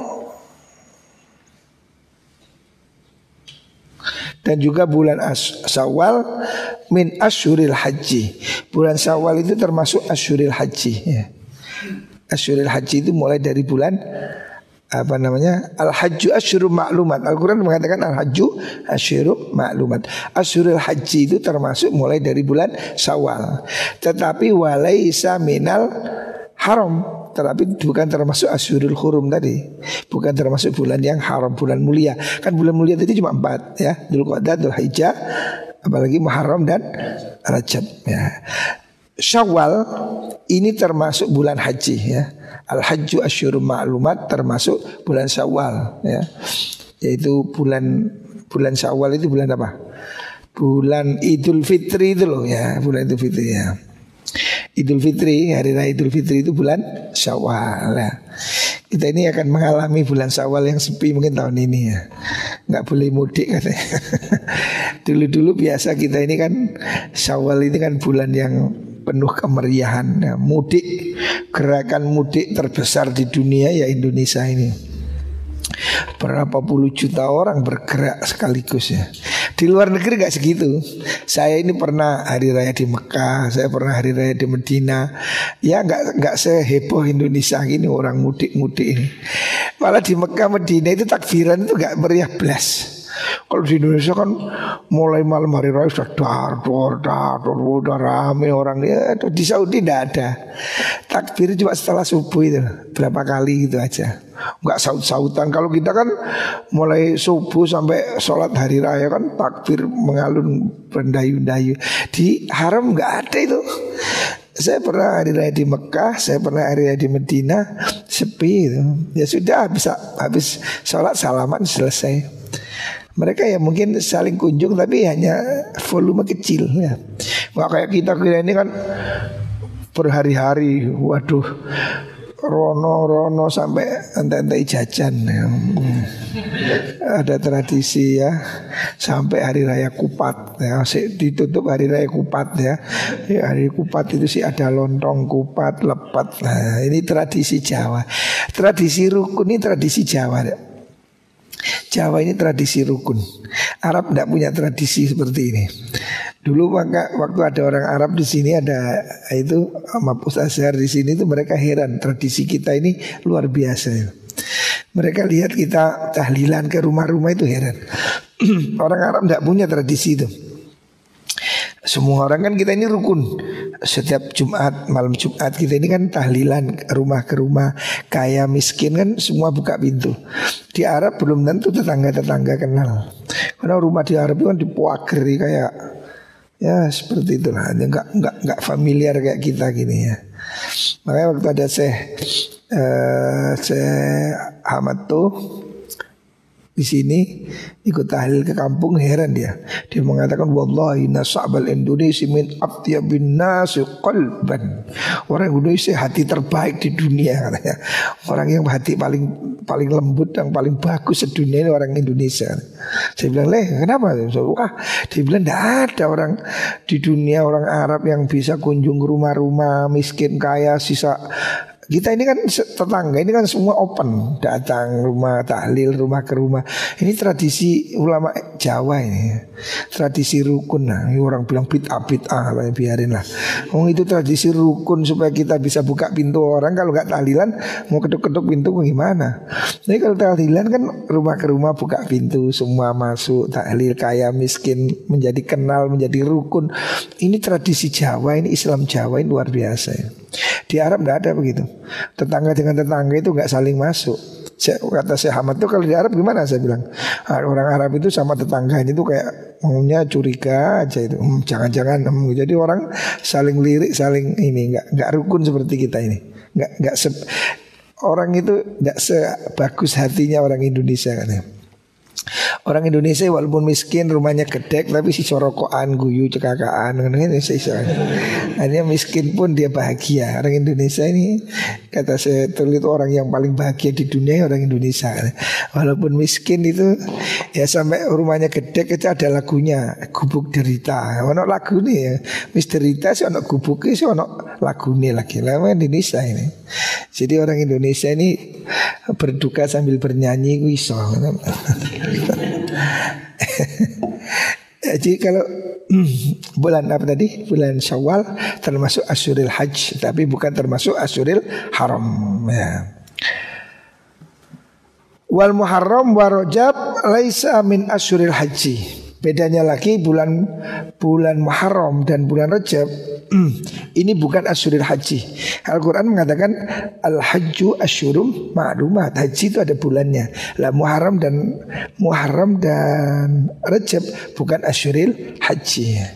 dan juga bulan Syawal min asyhuril haji. Bulan Syawal itu termasuk asyhuril haji ya. Asyhuril haji itu mulai dari bulan apa namanya, al-hajju asyhurun ma'lumat. Al-Quran mengatakan al-hajju asyhurun ma'lumat. Asyhurul haji itu termasuk mulai dari bulan Syawal. Tetapi walaisa minal haram, tetapi bukan termasuk asyhurul hurum tadi. Bukan termasuk bulan yang haram, bulan mulia. Kan bulan mulia tadi cuma 4 ya, Dzulqa'dah, Dzulhijjah, apalagi Muharram dan Rajab ya. Syawal ini termasuk bulan haji ya. Al-hajju asyhurun ma'lumat termasuk bulan Syawal ya. Yaitu bulan Syawal itu bulan apa? Bulan Idul Fitri itu loh ya, bulan Idul Fitri ya. Idul Fitri, hari raya Idul Fitri itu bulan Syawal ya. Kita ini akan mengalami bulan Syawal yang sepi mungkin tahun ini ya. Nggak boleh mudik katanya. Dulu-dulu biasa kita ini kan Syawal ini kan bulan yang penuh kemeriahan ya. Mudik, gerakan mudik terbesar di dunia ya Indonesia ini. Berapa puluh juta orang bergerak sekaligus ya. Di luar negeri gak segitu. Saya ini pernah hari raya di Mekah, saya pernah hari raya di Medina. Ya gak seheboh Indonesia gini orang mudik-mudik ini. Malah di Mekah Medina itu takbiran itu gak meriah blas. Kalau di Indonesia kan mulai malam hari raya sudah dar rame orang ya. Di Saudi tidak ada. Takbir cuma setelah subuh itu berapa kali gitu aja. Enggak saut-sautan. Kalau kita kan mulai subuh sampai sholat hari raya kan takbir mengalun berdayu-dayu. Di haram enggak ada itu. Saya pernah hari raya di Mekah, saya pernah hari raya di Medina, sepi itu. Ya sudah habis sholat salaman selesai. Mereka ya mungkin saling kunjung tapi hanya volume kecil ya. Nggak kayak kita ini kan berhari-hari, waduh, rono sampai ente-ente jajan ya. Ada tradisi ya sampai hari raya Kupat ya, ditutup hari raya Kupat ya. Hari Kupat itu sih ada lontong kupat, lepat. Nah, ini tradisi Jawa. Tradisi rukun ini tradisi Jawa ya. Jawa ini tradisi rukun. Arab tidak punya tradisi seperti ini. Dulu waktu ada orang Arab di sini, ada itu Mapus Azhar di sini, itu mereka heran tradisi kita ini luar biasa. Mereka lihat kita tahlilan ke rumah-rumah itu heran. Orang Arab tidak punya tradisi itu. Semua orang kan kita ini rukun. Setiap Jumat, malam Jumat kita ini kan tahlilan rumah ke rumah. Kaya miskin kan semua buka pintu. Di Arab belum tentu tetangga-tetangga kenal. Karena rumah di Arab itu kan dipuageri kayak ya seperti itulah. Enggak familiar kayak kita gini ya. Makanya waktu ada Syekh Ahmad tuh di sini ikut tahlil ke kampung, heran dia. Dia mengatakan wallahi nasabal Indonesia min atyabin nasi qalban. Orang Indonesia hati terbaik di dunia katanya. Orang yang hati paling lembut, yang paling bagus sedunia ini orang Indonesia. Saya bilang, kenapa? Wah, dia bilang tidak ada orang di dunia, orang Arab yang bisa kunjung ke rumah-rumah miskin kaya sisa. Kita ini kan tetangga, ini kan semua open, datang rumah tahlil, rumah ke rumah. Ini tradisi ulama Jawa ini, tradisi rukun. Nah, ini orang bilang bid'ah, biarin lah. Itu tradisi rukun supaya kita bisa buka pintu orang. Kalau nggak tahlilan, mau ketuk-ketuk pintu gimana? Jadi kalau tahlilan kan rumah ke rumah buka pintu, semua masuk tahlil, kaya miskin menjadi kenal, menjadi rukun. Ini tradisi Jawa, ini Islam Jawa ini luar biasa ya. Di Arab tidak ada begitu. Tetangga dengan tetangga itu nggak saling masuk. Kata Syekh Ahmad itu kalau di Arab gimana? Saya bilang orang Arab itu sama tetangganya itu kayak maunya curiga aja itu. Jangan-jangan. Jadi orang saling lirik, saling ini nggak rukun seperti kita ini. Orang itu nggak sebagus hatinya orang Indonesia katanya. Orang Indonesia walaupun miskin rumahnya gedek tapi si corokoan guyu cekakaan hanya miskin pun dia bahagia. Orang Indonesia ini kata saya tulis orang yang paling bahagia di dunia orang Indonesia. Walaupun miskin itu ya sampai rumahnya gedek itu ada lagunya Gubuk Derita. Ono lagu nih ya mis derita sih ono gubuk sih ono lagu nih lagi. Lama Indonesia ini. Jadi orang Indonesia ini berduka sambil bernyanyi iso. Jadi kalau bulan apa tadi? Bulan Syawal termasuk Asyuril Hajj, tapi bukan termasuk Asyuril Haram ya. Wal Muharram wa Rajab laisa min asyuril haji. Bedanya lagi bulan Muharram dan bulan Rajab ini bukan asyuril haji. Al-Quran mengatakan al-hajju asyurum ma'lumat. Haji itu ada bulannya. Lah Muharram dan Rajab bukan asyuril haji.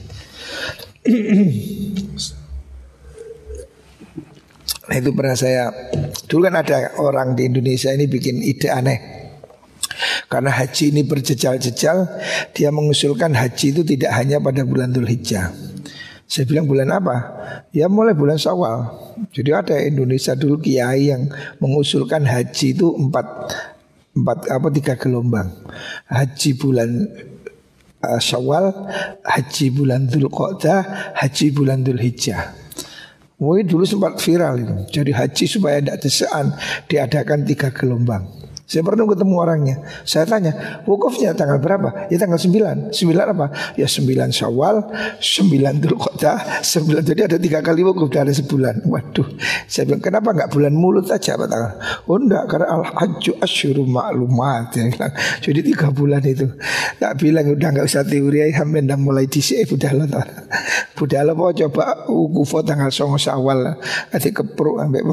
Nah itu pernah saya, dulu kan ada orang di Indonesia ini bikin ide aneh. Karena haji ini berjejal-jejal, dia mengusulkan haji itu tidak hanya pada bulan Dzulhijjah. Saya bilang bulan apa? Ya mulai bulan Syawal. Jadi ada Indonesia dulu kiai yang mengusulkan haji itu 3 gelombang. Haji bulan Syawal, haji bulan Dzulqa'dah, haji bulan Dzulhijjah. Mungkin dulu sempat viral itu. Jadi haji supaya tidak desakan diadakan 3 gelombang. Saya pernah ketemu orangnya. Saya tanya, wukufnya tanggal berapa? Ya tanggal 9. 9 apa? Ya 9 Syawal, 9 Dzulqa'dah, 9. Jadi ada 3 kali wukuf dari sebulan. Waduh. Saya bilang, kenapa enggak bulan mulut aja Pak tanggal? Oh enggak, karena al-hajju asyurum ma'lumat. Jadi 3 bulan itu. Tak bilang udah enggak usah teori, sampai dah mulai dhisik budal. Budal apa coba wukuf tanggal 9 Syawal. Ati kepruk ambek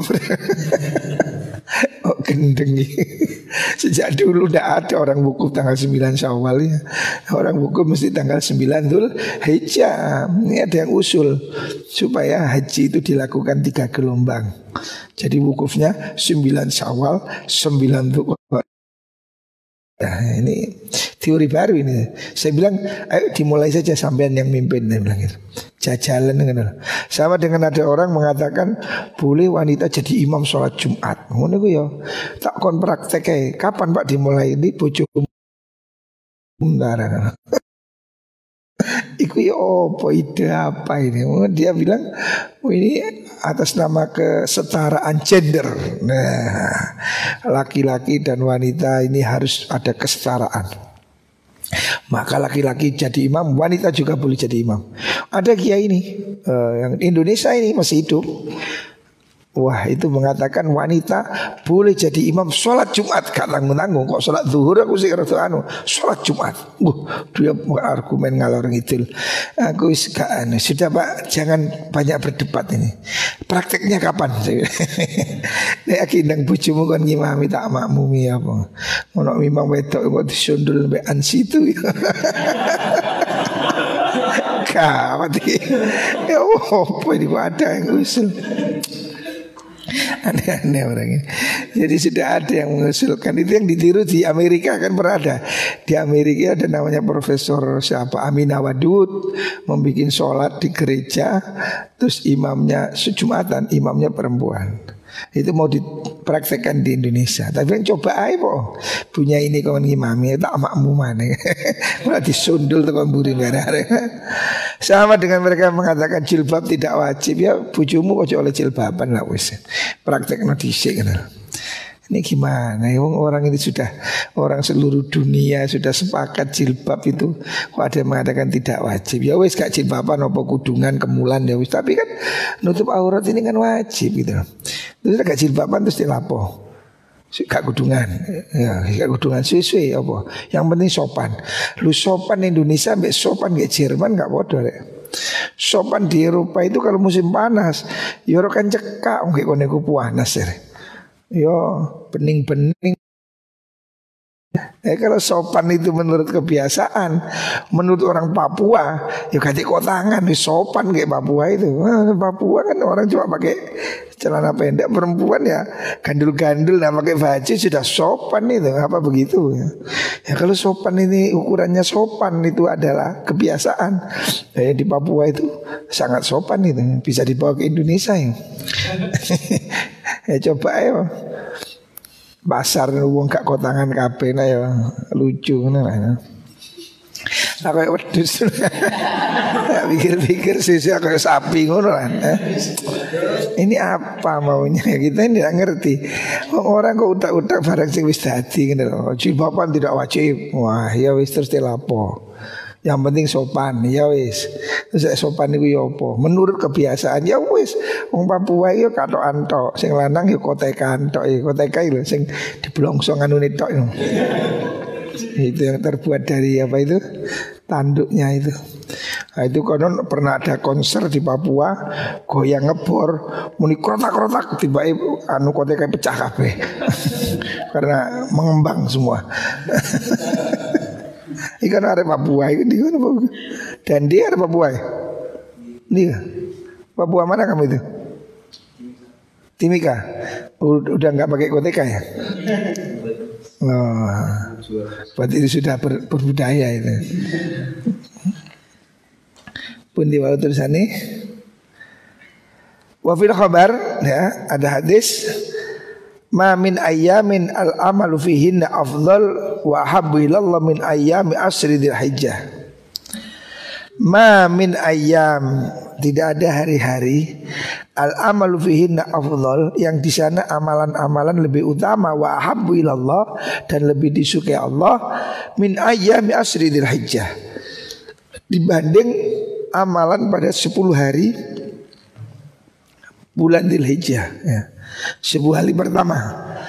oh gendeng. Sejak dulu tidak ada orang wukuf tanggal 9 Syawal ya. Orang wukuf mesti tanggal 9 Dzulhijjah. Ini ada yang usul supaya haji itu dilakukan 3 gelombang. Jadi wukufnya 9 Syawal, 9 Dzulhijjah. Nah, ini teori baru ini. Saya bilang, ayo dimulai saja sampean yang mimpin. Saya bilang gitu. Jajalan dengan sama dengan ada orang mengatakan boleh wanita jadi imam sholat Jumat. Ngono ku ya. Tak kon praktek kapan Pak dimulai ini bojoku. Bentar. Iku ya apa ide apa ini? Dia bilang ini atas nama kesetaraan gender. Nah, laki-laki dan wanita ini harus ada kesetaraan. Maka laki-laki jadi imam, wanita juga boleh jadi imam. Ada kiai ini yang Indonesia ini masih hidup. Wah itu mengatakan wanita boleh jadi imam sholat Jumat. Gak tanggung-tanggung kok sholat zuhur aku sih rada sholat Jumat. Dia argumen ngalor ngidul. Aku gak aneh. Sudah Pak jangan banyak berdebat ini. Prakteknya kapan? Nek aki ndang bojomu kon ngimami tak makmumi apa. Ono imam wedok kok disundul mbek ansitu. Kawat iki. Ya apa ini kok ada yang usul. Aneh-aneh orang ini. Jadi sudah ada yang mengusulkan. Itu yang ditiru di Amerika kan pernah ada. Di Amerika ada namanya Profesor siapa Aminah Wadud membuat sholat di gereja. Terus imamnya Jumatan, imamnya perempuan. Itu mau dipraktekkan di Indonesia. Tapi yang coba aja po punya ini kawan imamnya tak makmuman. Malah disundul tuh kawan buri merah. Sama dengan mereka mengatakan jilbab tidak wajib. Ya bujumu kok oleh jilbaban lah wis. Praktek dhisik kan. Ini gimana ya orang ini sudah orang seluruh dunia sudah sepakat jilbab itu kok ada yang mengatakan tidak wajib. Ya wis gak jilbaban apa kudungan kemulan ya wis tapi kan nutup aurat ini kan wajib gitu. Terus gak jilbaban terus dilapo. Gak kudungan. Ya gak kudungan suwe-suwe apa. Yang penting sopan. Lu sopan Indonesia mbek sopan ke Jerman gak bodoh rek. Sopan di Eropa itu kalau musim panas ya ora kan cekak nggih kene ku panas ya. Yo bening-bening. Kalau sopan itu menurut kebiasaan, menurut orang Papua, ya ganti kotangan, sopan kayak Papua itu. Papua kan orang cuma pakai celana pendek, perempuan ya gandul-gandul, nah pakai baju sudah sopan itu, apa begitu? Ya kalau sopan ini ukurannya sopan itu adalah kebiasaan. Di Papua itu sangat sopan itu, bisa dibawa ke Indonesia ya. Ya coba ya. Pasar wong gak kotangan kabeh nah ya lucu ngono lah. Nah kayak wedhus. Pikir-pikir sih kayak sapi ngono lah. Ini apa maunya kita ini tidak ngerti. Orang kok utak-utak barang sing wis dadi ngene lho. Jilbaban tidak wajib. Wah ya wis terus dilapo. Yang penting sopan, ya wis. Terus sopan iku ya apa? Menurut kebiasaan ya wis. Wong Papua yo katokan tok, sing lanang yo kotekan tok, kotekai lho sing diblongsong anune tok itu. Itu yang terbuat dari apa itu? Tanduknya itu. Nah, itu konon pernah ada konser di Papua, goyang ngebor, muni krotak-krotak tiba-tiba anu kotekai pecah kabeh. Karena mengembang semua. Ikan ada Papua itu di mana Papua? Dan dia ada Papua. Dia Papua mana kamu itu? Timika. Udah nggak pakai koteka ya? Oh, berarti itu sudah berbudaya itu. Pun di bawah tulisannya. Wafil khabar ya ada hadis. Ma min ayyamin al-amalu fihinna afdal wa habbu ilallah min ayyami asri dzil hijjah. Ma min ayyam, tidak ada hari-hari al-amalu fihinna afdal yang di sana amalan-amalan lebih utama wa habbu ilallah dan lebih disukai Allah min ayyami asri dzil hijjah dibanding amalan pada 10 hari bulan dzil hijjah ya. 10 hari pertama.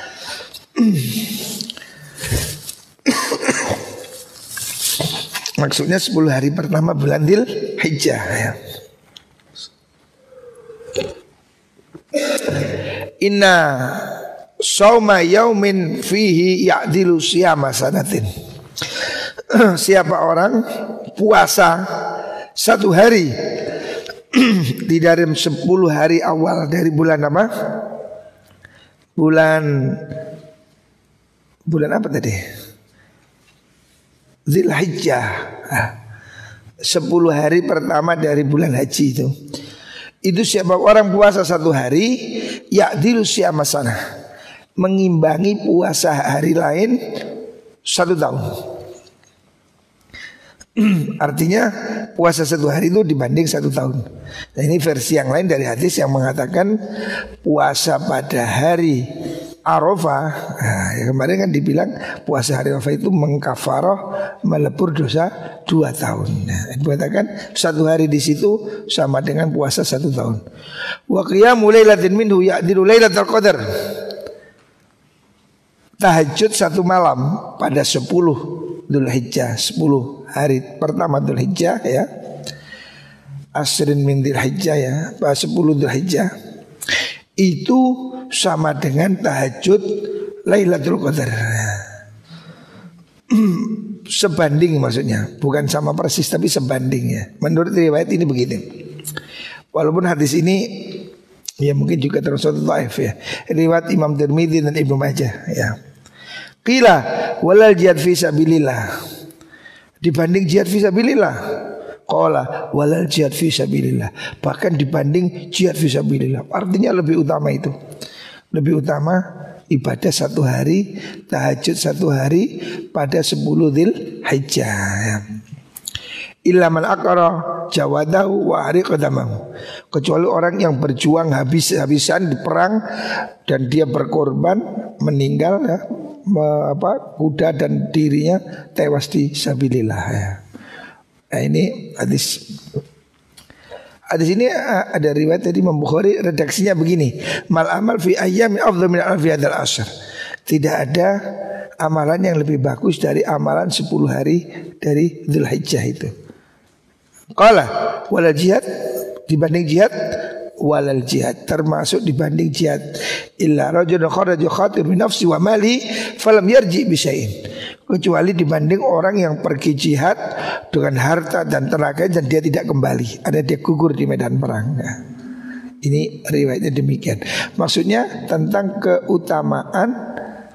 Maksudnya 10 hari pertama bulan Dzul Hijjah ya. Inna shauma yaumin fihi ya'dilu siyama sanatin. Siapa orang puasa 1 hari di dalam 10 hari awal dari bulan apa? Bulan apa tadi? Dzulhijjah. 10 hari pertama dari bulan haji itu. Itu siapa orang puasa 1 hari ya'dilu siyama sanah, mengimbangi puasa hari lain 1 tahun. Artinya puasa 1 hari itu dibanding 1 tahun. Nah ini versi yang lain dari hadis yang mengatakan puasa pada hari Arafah. Nah, ya kemarin kan dibilang puasa hari Arafah itu mengkafarah melebur dosa 2 tahun. Nah, dikatakan 1 hari di situ sama dengan puasa 1 tahun. Wa qiyamul lailatin minhu ya'dilu lailatul qadar. Tahajud 1 malam pada 10 Dzulhijjah, 10 hari pertama Dzulhijjah ya. Asrin min Dzulhijjah ya, 10 Dzulhijjah. Itu sama dengan tahajud Lailatul Qadar. Sebanding maksudnya, bukan sama persis tapi sebanding ya. Menurut riwayat ini begitu. Walaupun hadis ini ya mungkin juga termasuk dhaif ya. Riwayat Imam Tirmidzi dan Ibnu Majah ya. Qila walal jihad fi sabilillah, dibanding jihad fi sabilillah. Qala walal jihad fi sabilillah, bahkan dibanding jihad fi sabilillah. Artinya lebih utama itu. Lebih utama ibadah 1 hari, tahajud 1 hari pada 10 Dzulhijjah ya. Illa man aqara jawadahu wa ariqadamahu, kecuali orang yang berjuang habis-habisan di perang dan dia berkorban, meninggal ya, kuda dan dirinya tewas di sabilillah ya. Nah ini hadis ini ada riwayat tadi Imam Bukhari, redaksinya begini. Mal amal fi ayyami afdal min alfi hadzal ashr. Tidak ada amalan yang lebih bagus dari amalan 10 hari dari Dzulhijjah itu. Qala walal jihad, dibanding jihad, walal jihad termasuk dibanding jihad. Illa rajulun kharaja khatir min nafsi wa mali falam yarji bi syai'in, kecuali dibanding orang yang pergi jihad dengan harta dan tenaga dan dia tidak kembali, ada dia gugur di medan perang. Nah, ini riwayatnya demikian. Maksudnya tentang keutamaan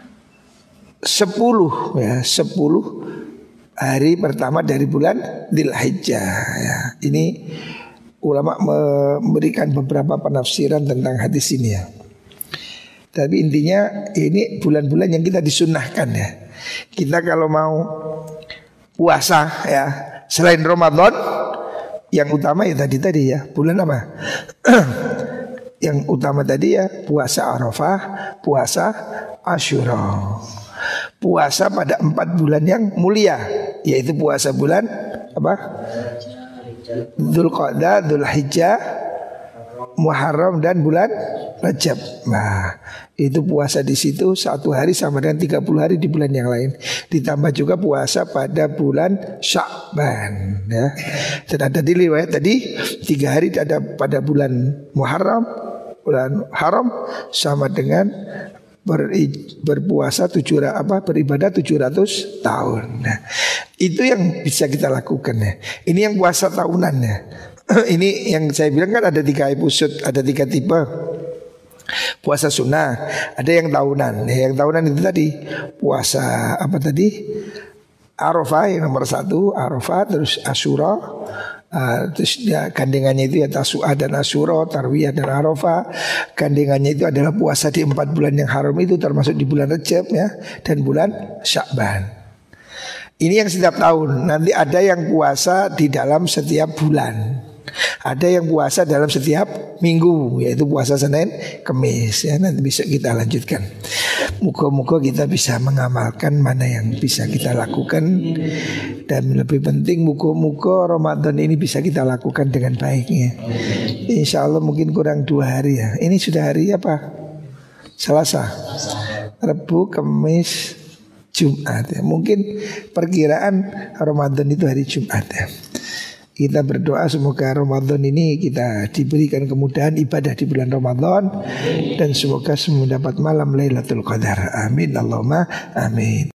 10 ya, 10 hari pertama dari bulan Dzulhijjah ya. Ini ulama memberikan beberapa penafsiran tentang hadis ini ya. Tapi intinya ini bulan-bulan yang kita disunnahkan ya. Kita kalau mau puasa ya selain Ramadan, yang utama ya tadi ya, bulan apa? Yang utama tadi ya puasa Arafah, puasa Asyura. Puasa pada 4 bulan yang mulia, yaitu puasa bulan apa? Dzulqa'dah, Dzulhijjah, Muharram dan bulan Rajab. Nah, itu puasa di situ 1 hari sama dengan 30 hari di bulan yang lain. Ditambah juga puasa pada bulan Sya'ban ya. Dan ada di riwayat tadi 3 hari ada pada bulan Muharram, bulan Haram sama dengan berpuasa beribadah 700 tahun. Nah, itu yang bisa kita lakukan ya. Ini yang puasa tahunan ya. Ini yang saya bilang kan ada 3 episode, ada 3 tipe puasa sunnah, ada yang tahunan. Yang tahunan itu tadi puasa apa tadi? Arafah yang nomor 1, Arafah, terus Asyura. Terus ya, gandengannya itu ya Tasu'a dan Asyura, Tarwiyah dan Arafah. Gandengannya itu adalah puasa di 4 bulan yang haram itu, termasuk di bulan Rajab ya, dan bulan Sya'ban. Ini yang setiap tahun. Nanti ada yang puasa di dalam setiap bulan, ada yang puasa dalam setiap minggu, yaitu puasa Senin, Kamis ya. Nanti bisa kita lanjutkan. Moga-moga kita bisa mengamalkan mana yang bisa kita lakukan. Dan lebih penting moga-moga Ramadan ini bisa kita lakukan dengan baik ya. Insya Allah mungkin kurang 2 hari ya. Ini sudah hari apa? Selasa, Rabu, Kamis, Jumat ya. Mungkin perkiraan Ramadan itu hari Jumat ya. Kita berdoa semoga Ramadan ini kita diberikan kemudahan ibadah di bulan Ramadan, dan semoga semua dapat malam Lailatul Qadar. Amin Allahumma amin.